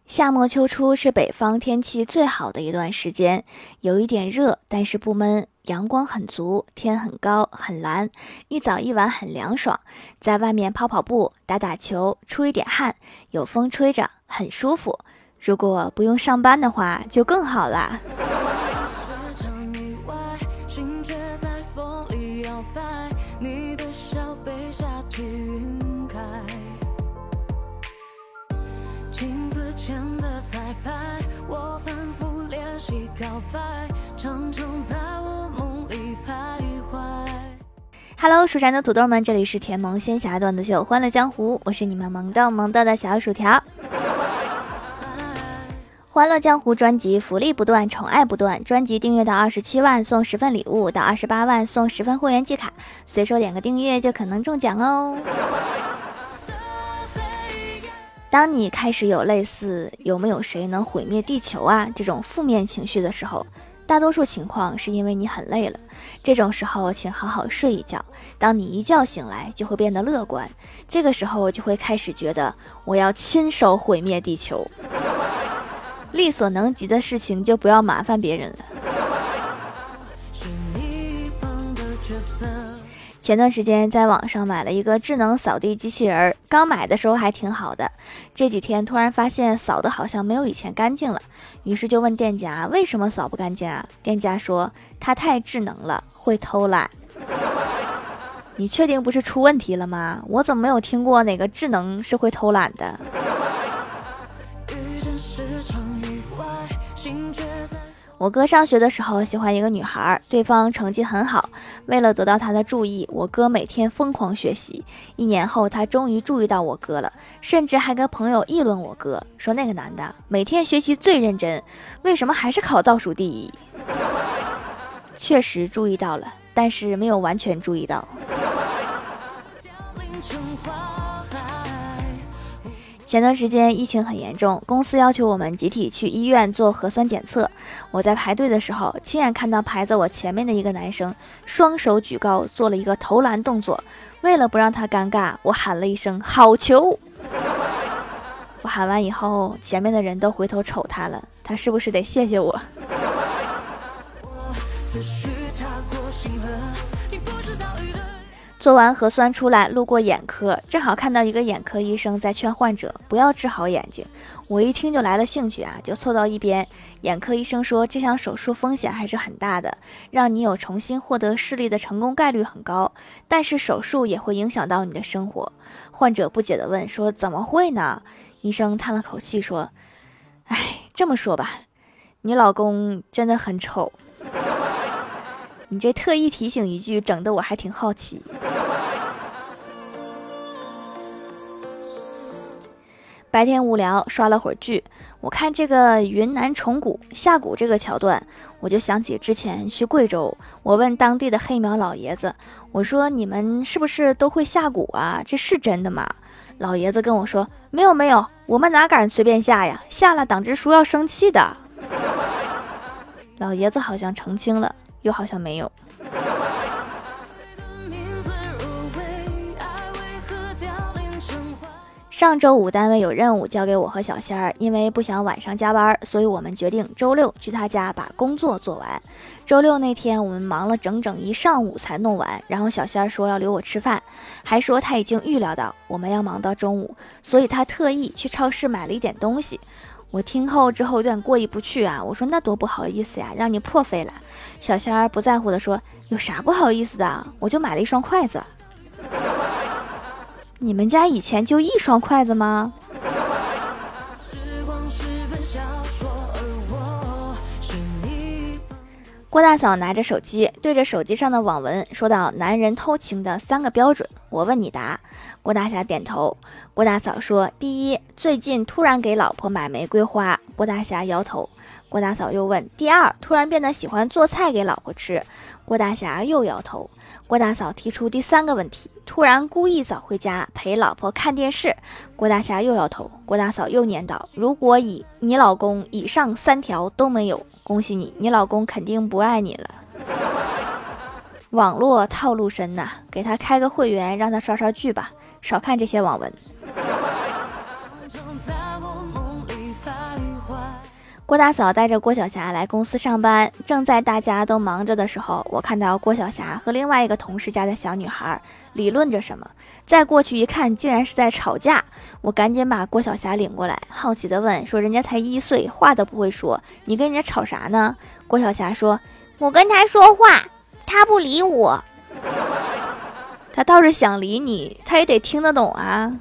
夏末秋初是北方天气最好的一段时间，有一点热，但是不闷，阳光很足，天很高很蓝，一早一晚很凉爽，在外面跑跑步、打打球，出一点汗，有风吹着，很舒服。如果不用上班的话，就更好啦。Hello， 蜀山的土豆们，这里是甜萌仙侠段子秀《欢乐江湖》，我是你们萌豆萌豆的小薯条。欢乐江湖专辑福利不断，宠爱不断，专辑订阅到27万送10份礼物，到28万送10份会员季卡，随手点个订阅就可能中奖哦。当你开始有类似有没有谁能毁灭地球啊这种负面情绪的时候，大多数情况是因为你很累了，这种时候请好好睡一觉，当你一觉醒来就会变得乐观，这个时候就会开始觉得我要亲手毁灭地球，力所能及的事情就不要麻烦别人了。前段时间在网上买了一个智能扫地机器人，刚买的时候还挺好的，这几天突然发现扫的好像没有以前干净了，于是就问店家为什么扫不干净啊？店家说它太智能了，会偷懒。你确定不是出问题了吗？我怎么没有听过哪个智能是会偷懒的？我哥上学的时候喜欢一个女孩，对方成绩很好，为了得到她的注意，我哥每天疯狂学习。1年后，他终于注意到我哥了，甚至还跟朋友议论我哥，说那个男的每天学习最认真，为什么还是考倒数第一？确实注意到了，但是没有完全注意到。前段时间疫情很严重，公司要求我们集体去医院做核酸检测。我在排队的时候，亲眼看到排在我前面的一个男生双手举高，做了一个投篮动作。为了不让他尴尬，我喊了一声好球。我喊完以后，前面的人都回头瞅他了，他是不是得谢谢我？做完核酸出来，路过眼科，正好看到一个眼科医生在劝患者不要治好眼睛。我一听就来了兴趣啊，就凑到一边。眼科医生说这项手术风险还是很大的，让你有重新获得视力的成功概率很高，但是手术也会影响到你的生活。患者不解地问说怎么会呢？医生叹了口气说，这么说吧，你老公真的很丑。你这特意提醒一句，整得我还挺好奇。白天无聊刷了会儿剧，我看这个云南虫谷下蛊这个桥段，我就想起之前去贵州，我问当地的黑苗老爷子，我说你们是不是都会下蛊啊？这是真的吗？老爷子跟我说没有，我们哪敢随便下呀，下了党支书要生气的。老爷子好像澄清了，又好像没有。上周五单位有任务交给我和小仙儿，因为不想晚上加班，所以我们决定周六去他家把工作做完。周六那天我们忙了整整一上午才弄完，然后小仙儿说要留我吃饭，还说他已经预料到我们要忙到中午，所以他特意去超市买了一点东西。我听后之后有点过意不去啊，我说那多不好意思呀，让你破费了。小仙儿不在乎的说，有啥不好意思的，我就买了一双筷子。你们家以前就一双筷子吗？郭大嫂拿着手机，对着手机上的网文说到男人偷情的3个标准，我问你答。郭大侠点头。郭大嫂说，第一，最近突然给老婆买玫瑰花。郭大侠摇头。郭大嫂又问，第二，突然变得喜欢做菜给老婆吃。郭大侠又摇头。郭大嫂提出第3个问题，突然故意早回家陪老婆看电视。郭大侠又摇头。郭大嫂又念叨，如果你老公以上3条都没有，恭喜你，你老公肯定不爱你了。网络套路深呐，给他开个会员，让他刷刷剧吧，少看这些网文。 郭大嫂带着郭晓霞来公司上班，正在大家都忙着的时候，我看到郭晓霞和另外一个同事家的小女孩理论着什么，再过去一看，竟然是在吵架。我赶紧把郭晓霞领过来，好奇地问说：“人家才1岁，话都不会说，你跟人家吵啥呢？”郭晓霞说：“我跟他说话，他不理我。”他倒是想理你，他也得听得懂啊。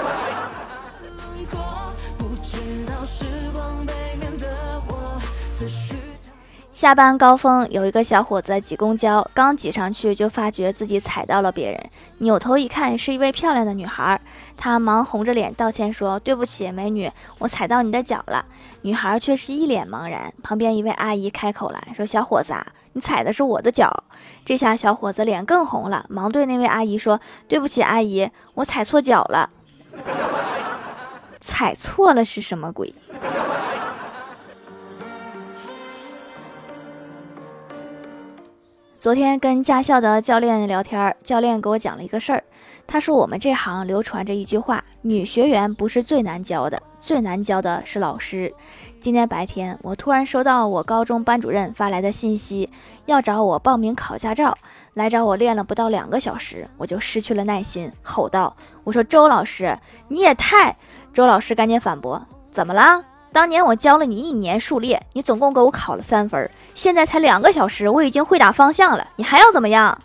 下班高峰，有一个小伙子挤公交，刚挤上去就发觉自己踩到了别人，扭头一看是一位漂亮的女孩，他忙红着脸道歉说：“对不起，美女，我踩到你的脚了。”女孩却是一脸茫然。旁边一位阿姨开口来说：“小伙子啊，你踩的是我的脚。”这下小伙子脸更红了，忙对那位阿姨说：“对不起，阿姨，我踩错脚了。”踩错了是什么鬼？昨天跟驾校的教练聊天，教练给我讲了一个事儿。他说我们这行流传着一句话，女学员不是最难教的，最难教的是老师。今天白天我突然收到我高中班主任发来的信息，要找我报名考驾照，来找我练了不到2个小时，我就失去了耐心，吼道：“我说周老师，你也太……”周老师赶紧反驳：“怎么了？当年我教了你1年数列，你总共给我考了3分，现在才2个小时，我已经会打方向了，你还要怎么样？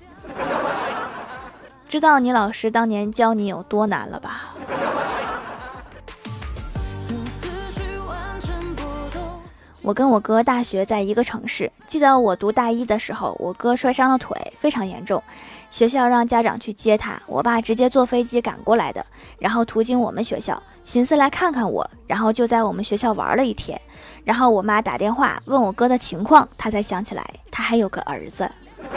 知道你老师当年教你有多难了吧？”我跟我哥大学在一个城市，记得我读大1的时候，我哥摔伤了腿，非常严重，学校让家长去接他，我爸直接坐飞机赶过来的，然后途经我们学校，寻思来看看我，然后就在我们学校玩了1天，然后我妈打电话问我哥的情况，他才想起来他还有个儿子。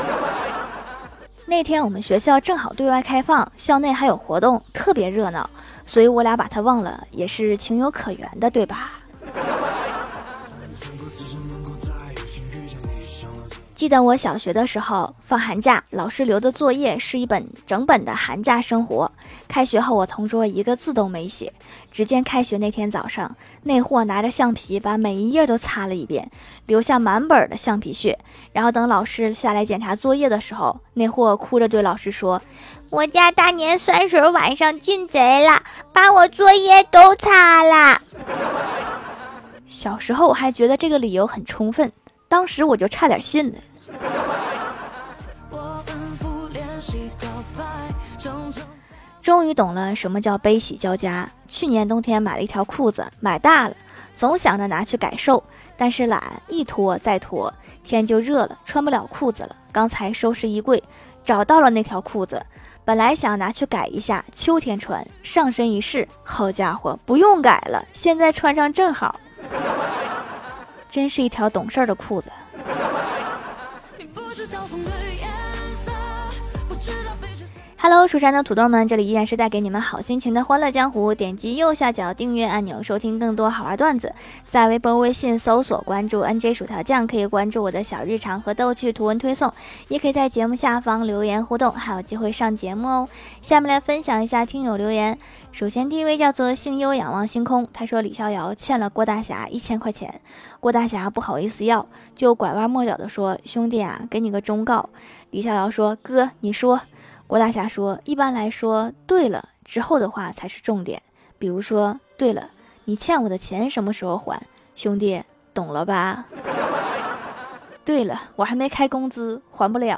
那天我们学校正好对外开放，校内还有活动，特别热闹，所以我俩把他忘了也是情有可原的，对吧？记得我小学的时候，放寒假，老师留的作业是一本整本的寒假生活。开学后，我同桌一个字都没写。只见开学那天早上，那货拿着橡皮把每一页都擦了一遍，留下满本的橡皮屑。然后等老师下来检查作业的时候，那货哭着对老师说：“我家大年30晚上进贼了，把我作业都擦了。”小时候我还觉得这个理由很充分，当时我就差点信了。终于懂了什么叫悲喜交加。去年冬天买了一条裤子，买大了，总想着拿去改瘦，但是懒，一拖再拖，天就热了，穿不了裤子了。刚才收拾衣柜，找到了那条裤子，本来想拿去改一下，秋天穿，上身一试，好家伙，不用改了，现在穿上正好。真是一条懂事的裤子。Hello， 蜀山的土豆们，这里依然是带给你们好心情的欢乐江湖。点击右下角订阅按钮，收听更多好玩段子。在微博、微信搜索关注 NJ 薯条酱，可以关注我的小日常和逗趣图文推送，也可以在节目下方留言互动，还有机会上节目哦。下面来分享一下听友留言。首先第一位叫做幸优仰望星空，他说李逍遥欠了郭大侠1000块钱，郭大侠不好意思要，就拐弯抹角的说：“兄弟啊，给你个忠告。”李逍遥说：“哥，你说。”郭大侠说：“一般来说，对了之后的话才是重点。比如说，对了，你欠我的钱什么时候还？兄弟，懂了吧？对了，我还没开工资，还不了。”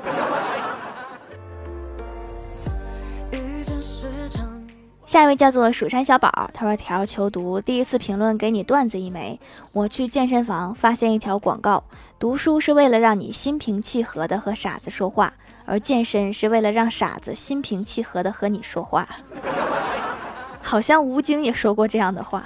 下一位叫做蜀山小宝，他说：“条求读，第一次评论给你段子1枚。我去健身房发现一条广告，读书是为了让你心平气和的和傻子说话，而健身是为了让傻子心平气和的和你说话。”好像吴京也说过这样的话。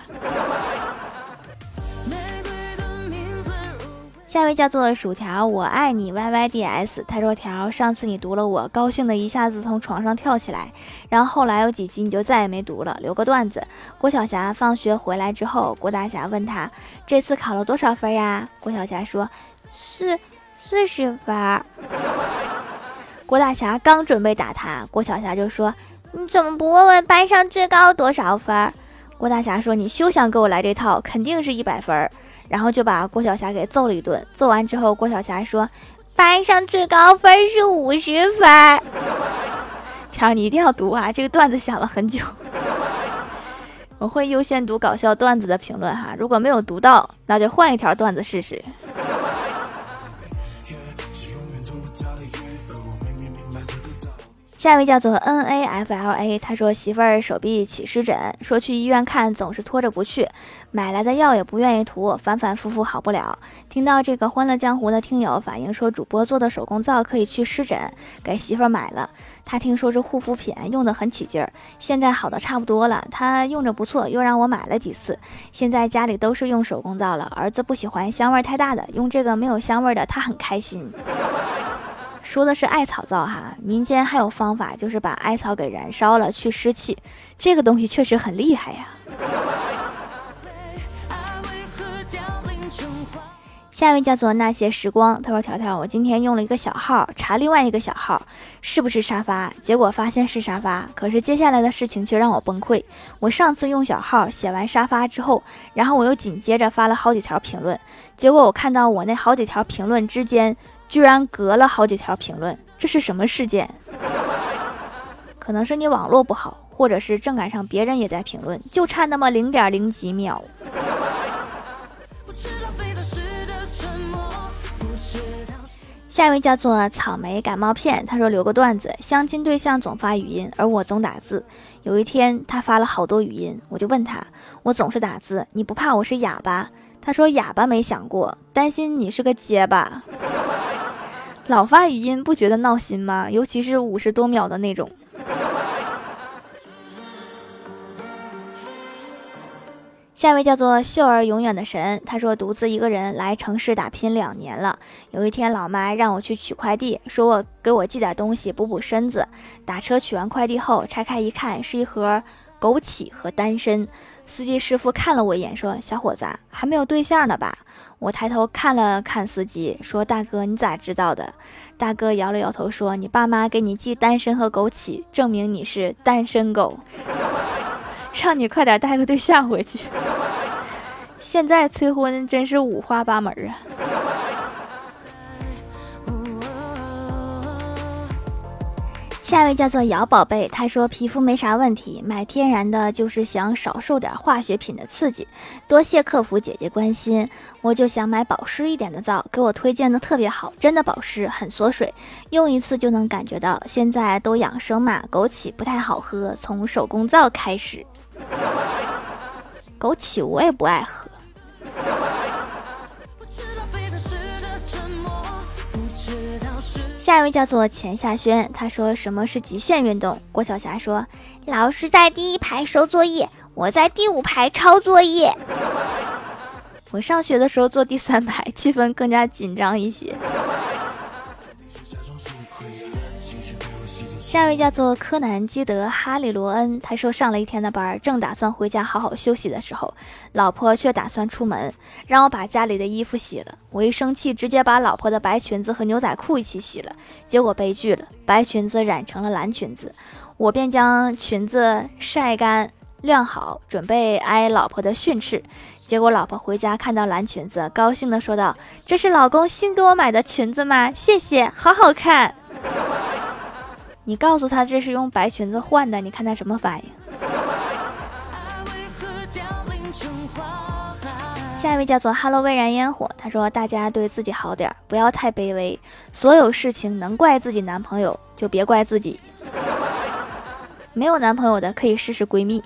下一位叫做薯条，我爱你 YYDS， 他说：“条，上次你读了我，高兴的一下子从床上跳起来，然后后来有几集你就再也没读了。留个段子，郭晓霞放学回来之后，郭大侠问他这次考了多少分呀？郭晓霞说40分。郭大侠刚准备打他，郭晓霞就说：“你怎么不问问班上最高多少分？” 郭大侠说你休想给我来这套，肯定是100分。然后就把郭晓霞给揍了一顿。揍完之后，郭晓霞说班上最高分是50分。条你一定要读啊，这个段子想了很久。我会优先读搞笑段子的评论哈，如果没有读到，那就换一条段子试试。下一位叫做 NAFLA， 他说媳妇儿手臂起湿疹，说去医院看总是拖着不去，买来的药也不愿意涂，反反复复好不了。听到这个欢乐江湖的听友反映说主播做的手工皂可以去湿疹，给媳妇儿买了。他听说是护肤品，用得很起劲儿，现在好的差不多了，他用着不错，又让我买了几次。现在家里都是用手工皂了，儿子不喜欢香味太大的，用这个没有香味的他很开心。说的是艾草皂哈，民间还有方法，就是把艾草给燃烧了去湿气，这个东西确实很厉害呀。下一位叫做那些时光，他说条条，我今天用了一个小号查另外一个小号是不是沙发，结果发现是沙发，可是接下来的事情却让我崩溃。我上次用小号写完沙发之后，然后我又紧接着发了好几条评论，结果我看到我那好几条评论之间居然隔了好几条评论，这是什么事件？可能是你网络不好，或者是正赶上别人也在评论，就差那么0.0几秒。下一位叫做草莓感冒片，他说留个段子，相亲对象总发语音，而我总打字。有一天他发了好多语音，我就问他，我总是打字，你不怕我是哑巴？他说哑巴没想过，担心你是个结巴。老发语音不觉得闹心吗？尤其是50多秒的那种。下一位叫做秀儿永远的神，他说独自一个人来城市打拼2年了。有一天老妈让我去取快递，说我给我寄点东西补补身子。打车取完快递后拆开一看，是一盒枸杞和丹参。司机师傅看了我一眼说，小伙子还没有对象呢吧？我抬头看了看司机说，大哥你咋知道的？大哥摇了摇头说，你爸妈给你寄丹参和枸杞，证明你是单身狗，让你快点带个对象回去。现在催婚真是五花八门啊。下一位叫做姚宝贝，他说皮肤没啥问题，买天然的就是想少受点化学品的刺激，多谢客服姐姐关心。我就想买保湿一点的皂，给我推荐的特别好，真的保湿很缩水，用一次就能感觉到。现在都养生嘛，枸杞不太好喝，从手工皂开始。枸杞我也不爱喝。下一位叫做钱夏轩，他说什么是极限运动？郭晓霞说，老师在第1排收作业，我在第5排抄作业。我上学的时候坐第3排，气氛更加紧张一些。下一位叫做柯南基德哈利罗恩，他说上了一天的班，正打算回家好好休息的时候，老婆却打算出门，让我把家里的衣服洗了。我一生气，直接把老婆的白裙子和牛仔裤一起洗了，结果悲剧了，白裙子染成了蓝裙子。我便将裙子晒干晾好，准备挨老婆的训斥。结果老婆回家看到蓝裙子，高兴地说道，这是老公新给我买的裙子吗？谢谢，好好看。你告诉他这是用白裙子换的，你看他什么反应？下一位叫做 Hello 微燃烟火，他说大家对自己好点，不要太卑微，所有事情能怪自己男朋友就别怪自己，没有男朋友的可以试试闺蜜。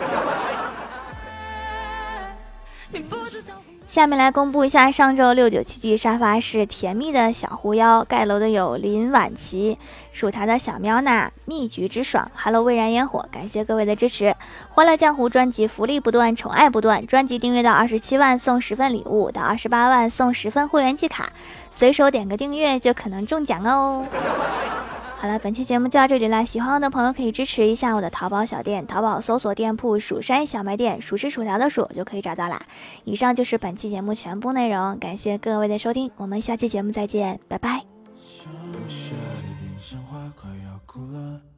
下面来公布一下上周697沙发是甜蜜的小狐妖，盖楼的有林婉琪、属他的小喵娜、蜜橘之爽、Hello 微燃烟火，感谢各位的支持。欢乐江湖专辑福利不断，宠爱不断，专辑订阅到27万送10份礼物，到28万送10份会员季卡，随手点个订阅就可能中奖哦。好了，本期节目就到这里啦，喜欢我的朋友可以支持一下我的淘宝小店，淘宝搜索店铺蜀山小卖店，数是薯条的数就可以找到啦。以上就是本期节目全部内容，感谢各位的收听，我们下期节目再见，拜拜。